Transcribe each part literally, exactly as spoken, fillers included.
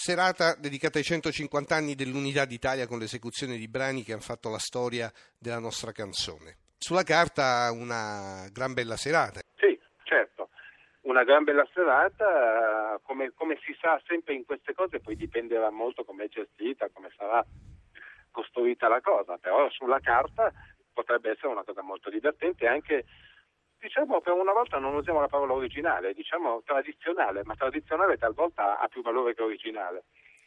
serata dedicata ai centocinquanta anni dell'Unità d'Italia con l'esecuzione di brani che hanno fatto la storia della nostra canzone. Sulla carta una gran bella serata. Sì, certo, una gran bella serata, come, come si sa sempre in queste cose, poi dipenderà molto come è gestita, come sarà costruita la cosa, però sulla carta potrebbe essere una cosa molto divertente, anche, diciamo, per una volta non usiamo la parola originale, diciamo tradizionale, ma tradizionale talvolta ha più valore che originale.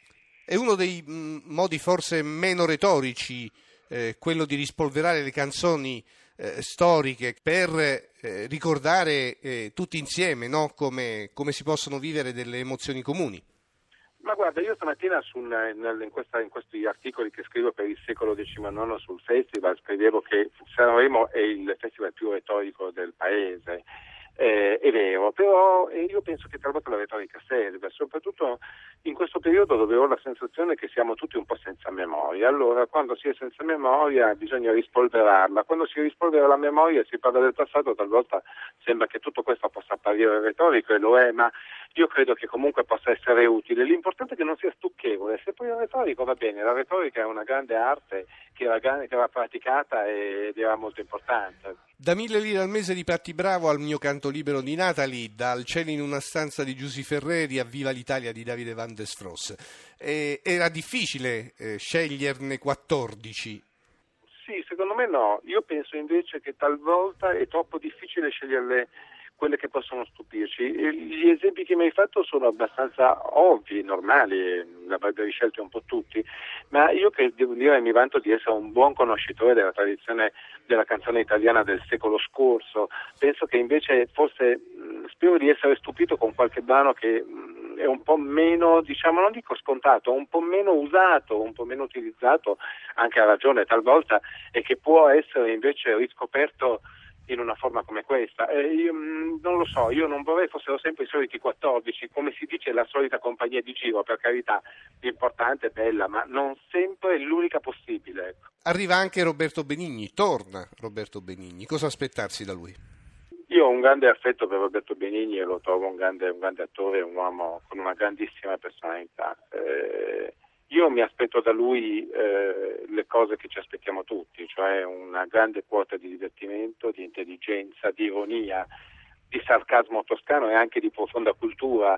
È uno dei mh, modi forse meno retorici, eh, quello di rispolverare le canzoni eh, storiche per eh, ricordare eh, tutti insieme, no? come, come si possono vivere delle emozioni comuni. Ma guarda, io stamattina su un, in, questa, in questi articoli che scrivo per il secolo diciannove sul festival scrivevo che Sanremo è il festival più retorico del paese. Eh, è vero, però eh, io penso che talvolta la retorica serve, soprattutto in questo periodo dove ho la sensazione che siamo tutti un po' senza memoria. Allora, quando si è senza memoria bisogna rispolverarla. Quando si rispolvera la memoria e si parla del passato, talvolta sembra che tutto questo possa apparire retorico, e lo è, ma io credo che comunque possa essere utile. L'importante è che non sia stucchevole. Se poi è retorico va bene, la retorica è una grande arte che era, che era praticata ed era molto importante. Da mille lire al mese di Patti Bravo al mio canto libero di Natalie, dal cielo in una stanza di Giusy Ferreri a Viva l'Italia di Davide Van der Sfros. Eh, era difficile eh, sceglierne quattordici? Sì, secondo me no. Io penso invece che talvolta è troppo difficile sceglierle quelle che possono stupirci. Gli esempi che mi hai fatto sono abbastanza ovvi, normali, l'avrebbero scelti un po' tutti, ma io che devo dire mi vanto di essere un buon conoscitore della tradizione della canzone italiana del secolo scorso. Penso che invece forse spero di essere stupito con qualche brano che è un po' meno, diciamo, non dico scontato, un po' meno usato, un po' meno utilizzato, anche a ragione talvolta, e che può essere invece riscoperto in una forma come questa. Eh, io, mh, non lo so, io non vorrei fossero sempre i soliti quattordici, come si dice, la solita compagnia di giro, per carità, importante, bella, ma non sempre è l'unica possibile. Ecco. Arriva anche Roberto Benigni, torna Roberto Benigni, cosa aspettarsi da lui? Io ho un grande affetto per Roberto Benigni e lo trovo un grande, un grande attore, un uomo con una grandissima personalità. Eh, io mi aspetto da lui eh, le cose che ci aspettiamo tutti, cioè una grande quota di divertimento, di intelligenza, di ironia, di sarcasmo toscano e anche di profonda cultura,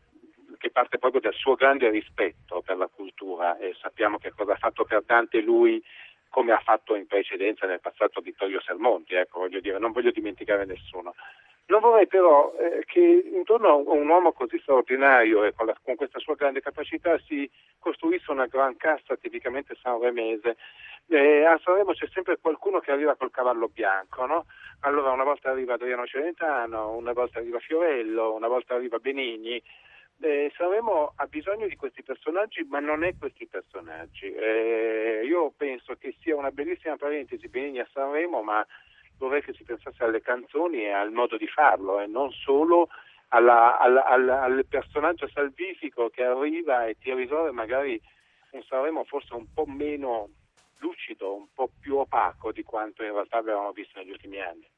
che parte proprio dal suo grande rispetto per la cultura, e sappiamo che cosa ha fatto per Dante lui, come ha fatto in precedenza nel passato Vittorio Sermonti, ecco, voglio dire, non voglio dimenticare nessuno. Non vorrei però eh, che intorno a un uomo così straordinario e con, la, con questa sua grande capacità si costruisse una gran cassa tipicamente sanremese. Eh, a Sanremo c'è sempre qualcuno che arriva col cavallo bianco, no? Allora una volta arriva Adriano Celentano, una volta arriva Fiorello, una volta arriva Benigni. Eh, Sanremo ha bisogno di questi personaggi, ma non è questi personaggi. Eh, io penso che sia una bellissima parentesi Benigni a Sanremo, ma vorrei che si pensasse alle canzoni e al modo di farlo, e non solo alla, alla, alla, al personaggio salvifico che arriva e ti risolve magari un Sanremo forse un po' meno lucido, un po' più opaco di quanto in realtà avevamo visto negli ultimi anni.